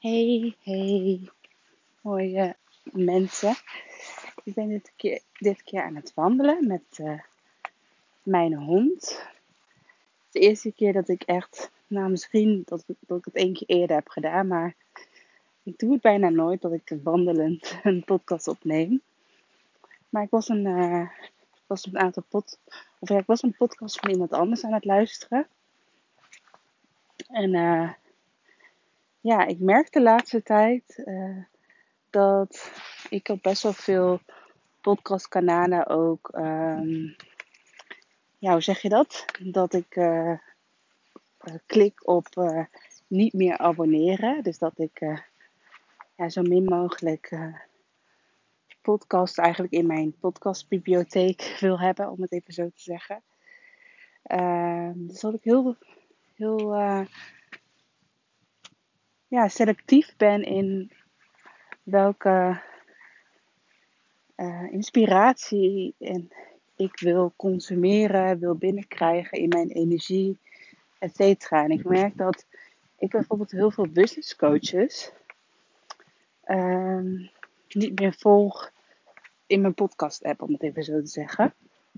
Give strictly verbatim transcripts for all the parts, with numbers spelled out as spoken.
Hey, hey, mooie mensen. Ik ben dit keer, dit keer aan het wandelen met eh, mijn hond. Het is de eerste keer dat ik echt, nou misschien dat, ik- dat ik het één keer eerder heb gedaan, maar ik doe het bijna nooit dat ik wandelend een podcast opneem. Maar ik was een, eh, ik was een aantal pod, of ja, ik was een podcast van iemand anders aan het luisteren. En eh, ja, ik merk de laatste tijd eh, dat ik op best wel veel podcastkanalen ook, ehm, ja, hoe zeg je dat? Dat ik eh, eh, klik op eh, niet meer abonneren. Dus dat ik eh, ja, zo min mogelijk eh podcast eigenlijk in mijn podcastbibliotheek wil hebben, om het even zo te zeggen. Ehm, dus dat ik heel, heel eh, ja, selectief ben in welke eh, inspiratie en ik wil consumeren, wil binnenkrijgen in mijn energie, et cetera. En ik merk dat ik bijvoorbeeld heel veel business coaches ehm, niet meer volg in mijn podcast app, om het even zo te zeggen.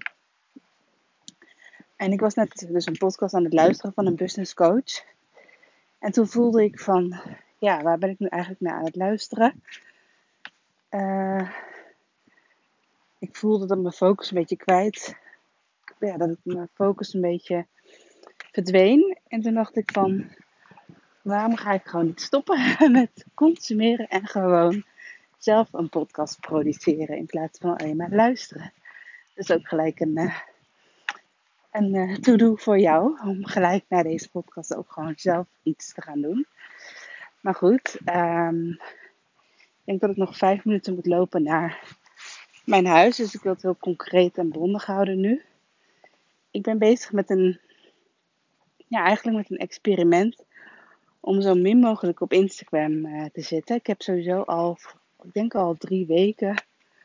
En ik was net dus een podcast aan het luisteren van een business coach. En toen voelde ik van, ja, waar ben ik nu eigenlijk naar aan het luisteren? Uh, ik voelde dat mijn focus een beetje kwijt, ja, dat ik mijn focus een beetje verdween. En toen dacht ik van, waarom ga ik gewoon niet stoppen met consumeren en gewoon zelf een podcast produceren in plaats van alleen maar luisteren. Dat is ook gelijk een, uh, een uh, to-do voor jou, om gelijk na deze podcast ook gewoon zelf iets te gaan doen. Maar goed, um, ik denk dat ik nog vijf minuten moet lopen naar mijn huis, dus ik wil het heel concreet en bondig houden nu. Ik ben bezig met een, ja, eigenlijk met een experiment om zo min mogelijk op Instagram uh, te zitten. Ik heb sowieso al, ik denk al drie weken.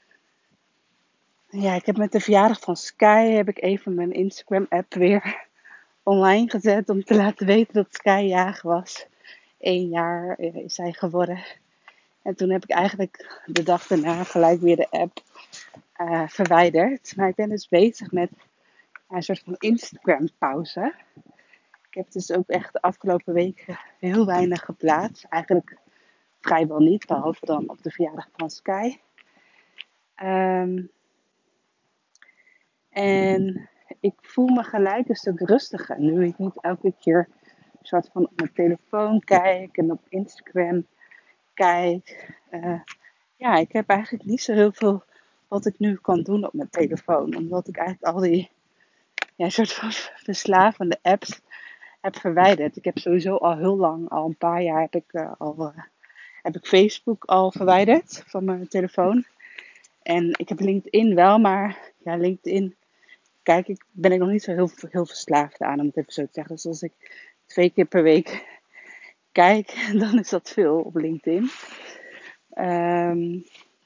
Ja, ik heb met de verjaardag van Sky heb ik even mijn Instagram app weer online gezet om te laten weten dat Sky jarig was. Eén jaar is zij geworden. En toen heb ik eigenlijk de dag daarna gelijk weer de app uh, verwijderd. Maar ik ben dus bezig met een soort van Instagram pauze. Ik heb dus ook echt de afgelopen weken heel weinig geplaatst. Eigenlijk vrijwel niet, behalve dan op de verjaardag van Sky. Um, en ik voel me gelijk een stuk rustiger. Nu ik niet elke keer een soort van op mijn telefoon kijk en op Instagram kijk. Uh, ja, ik heb eigenlijk niet zo heel veel wat ik nu kan doen op mijn telefoon. Omdat ik eigenlijk al die ja, soort van verslavende apps heb verwijderd. Ik heb sowieso al heel lang, al een paar jaar, heb ik, uh, al, uh, heb ik Facebook al verwijderd van mijn telefoon. En ik heb LinkedIn wel, maar ja, LinkedIn kijk ik, ben ik nog niet zo heel, heel verslaafd aan, om het even zo te zeggen. Dus als ik twee keer per week kijk, dan is dat veel op LinkedIn. Um,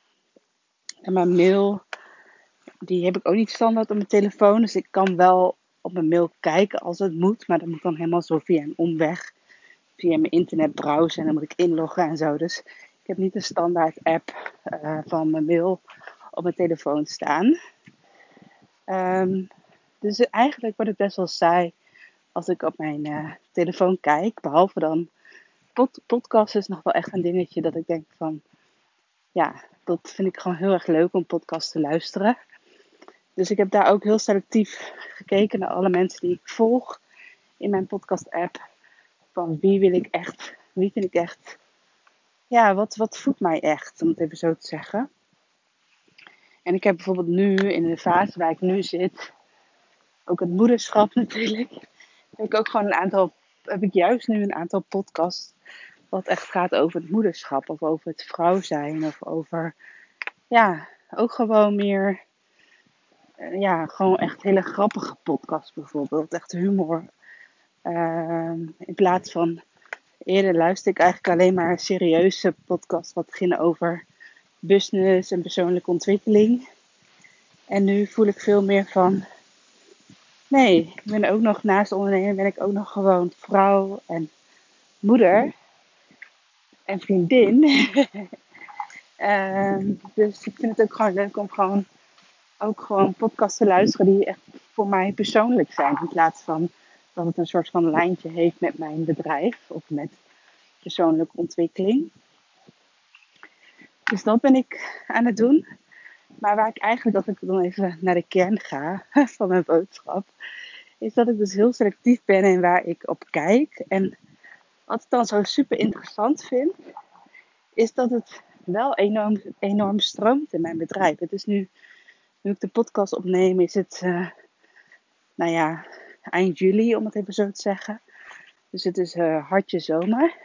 en mijn mail, die heb ik ook niet standaard op mijn telefoon. Dus ik kan wel op mijn mail kijken als het moet. Maar dat moet dan helemaal zo via een omweg. Via mijn internetbrowser. En dan moet ik inloggen en zo. Dus ik heb niet de standaard app uh, van mijn mail op mijn telefoon staan. Um, dus eigenlijk wordt het best wel saai als ik op mijn uh, telefoon kijk. Behalve dan pod- podcast is nog wel echt een dingetje dat ik denk van... Ja, dat vind ik gewoon heel erg leuk om podcasts te luisteren. Dus ik heb daar ook heel selectief gekeken naar alle mensen die ik volg in mijn podcast app. Van wie wil ik echt, wie vind ik echt, ja, wat, wat voedt mij echt, om het even zo te zeggen. En ik heb bijvoorbeeld nu, in de fase waar ik nu zit, ook het moederschap natuurlijk. Heb ik ook gewoon een aantal, heb ik juist nu een aantal podcasts wat echt gaat over het moederschap. Of over het vrouw zijn. Of over, ja, ook gewoon meer, ja, gewoon echt hele grappige podcasts bijvoorbeeld. Echt humor. Uh, in plaats van, eerder luister ik eigenlijk alleen maar serieuze podcasts wat beginnen over business en persoonlijke ontwikkeling. En nu voel ik veel meer van, nee, ik ben ook nog naast ondernemen, ben ik ook nog gewoon vrouw en moeder. en vriendin. Ehm, dus ik vind het ook gewoon leuk om gewoon ook gewoon podcasts te luisteren die echt voor mij persoonlijk zijn. In plaats van dat het een soort van lijntje heeft met mijn bedrijf of met persoonlijke ontwikkeling. Dus dat ben ik aan het doen. Maar waar ik eigenlijk, als ik dan even naar de kern ga van mijn boodschap, is dat ik dus heel selectief ben in waar ik op kijk. En wat ik dan zo super interessant vind, is dat het wel enorm, enorm stroomt in mijn bedrijf. Het is nu, nu ik de podcast opneem, is het, uh, nou ja, eind juli, om het even zo te zeggen. Dus het is uh, hartje zomer.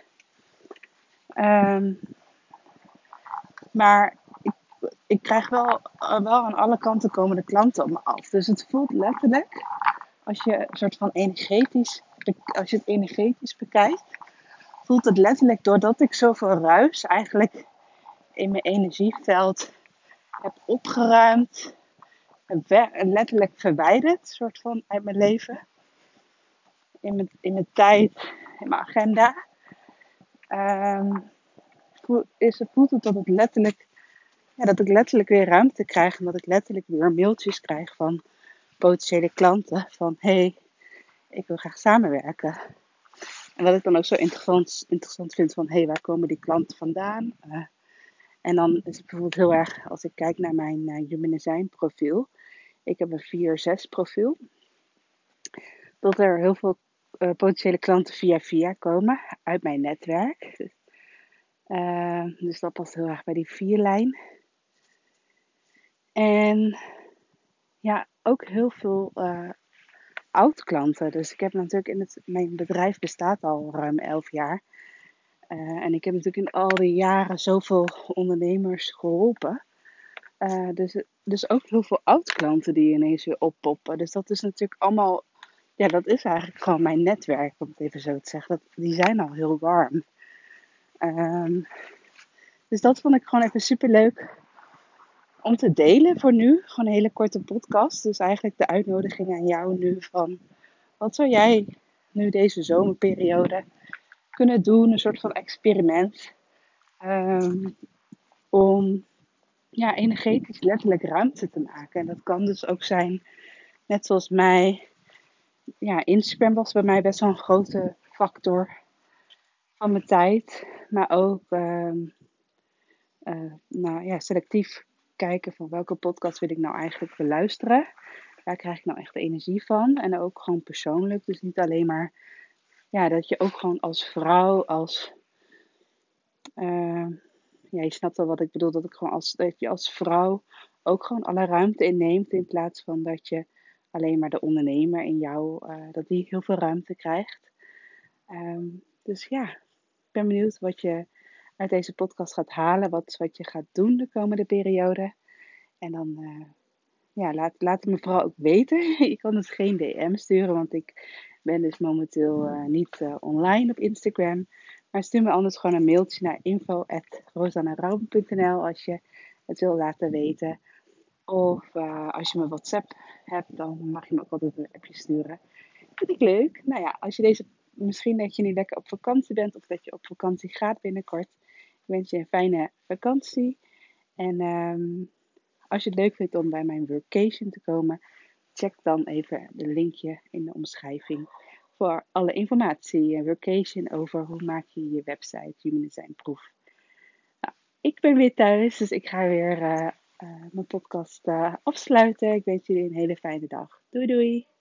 Um, maar ik, ik krijg wel, uh, wel aan alle kanten komende klanten op me af. Dus het voelt letterlijk, als je een soort van energetisch, als je het energetisch bekijkt, voelt het letterlijk doordat ik zoveel ruis eigenlijk in mijn energieveld heb opgeruimd, en letterlijk verwijderd, soort van uit mijn leven, in mijn, in mijn tijd, in mijn agenda. Um, is, voelt het dat het letterlijk, ja, dat ik letterlijk weer ruimte krijg en dat ik letterlijk weer mailtjes krijg van potentiële klanten van hey, ik wil graag samenwerken. En wat ik dan ook zo interessant, interessant vind van hey, waar komen die klanten vandaan? Uh, en dan is het bijvoorbeeld heel erg, als ik kijk naar mijn uh, Human Design profiel. Ik heb een vier zes profiel. Dat er heel veel uh, potentiële klanten via via komen uit mijn netwerk. Dus, uh, dus dat past heel erg bij die vier lijn. En ja, ook heel veel uh, oud-klanten. Dus ik heb natuurlijk in het, mijn bedrijf bestaat al ruim elf jaar. Uh, en ik heb natuurlijk in al die jaren zoveel ondernemers geholpen. Uh, dus, dus ook heel veel oud-klanten die ineens weer oppoppen. Dus dat is natuurlijk allemaal, ja, dat is eigenlijk gewoon mijn netwerk, om het even zo te zeggen. Dat, die zijn al heel warm. Um, dus dat vond ik gewoon even super leuk om te delen voor nu. Gewoon een hele korte podcast. Dus eigenlijk de uitnodiging aan jou nu van, wat zou jij nu deze zomerperiode kunnen doen? Een soort van experiment. Um, om ja, energetisch letterlijk ruimte te maken. En dat kan dus ook zijn, net zoals mij, ja, Instagram was bij mij best wel een grote factor van mijn tijd. Maar ook um, uh, nou, ja, selectief kijken van welke podcast wil ik nou eigenlijk beluisteren. Waar krijg ik nou echt de energie van? En ook gewoon persoonlijk. Dus niet alleen maar, ja, dat je ook gewoon als vrouw, als, uh, ja, je snapt wel wat ik bedoel. Dat ik gewoon als, dat je als vrouw ook gewoon alle ruimte inneemt. In plaats van dat je alleen maar de ondernemer in jou, uh, dat die heel veel ruimte krijgt. Um, dus ja, ik ben benieuwd wat je uit deze podcast gaat halen. Wat, wat je gaat doen de komende periode. En dan, uh, ja, laat, laat het me vooral ook weten. Je kan dus geen D M sturen, want ik ben dus momenteel uh, niet uh, online op Instagram. Maar stuur me anders gewoon een mailtje naar info at rosanarauben punt n l als je het wil laten weten. Of uh, als je mijn WhatsApp hebt, dan mag je me ook altijd een appje sturen. Vind ik leuk. Nou ja, als je deze, misschien dat je nu lekker op vakantie bent of dat je op vakantie gaat binnenkort. Ik wens je een fijne vakantie. En um, als je het leuk vindt om bij mijn workation te komen, check dan even de linkje in de omschrijving voor alle informatie en workation over hoe maak je je website Human Design Proof. Nou, ik ben weer thuis, dus ik ga weer uh, uh, mijn podcast uh, afsluiten. Ik wens jullie een hele fijne dag. Doei doei!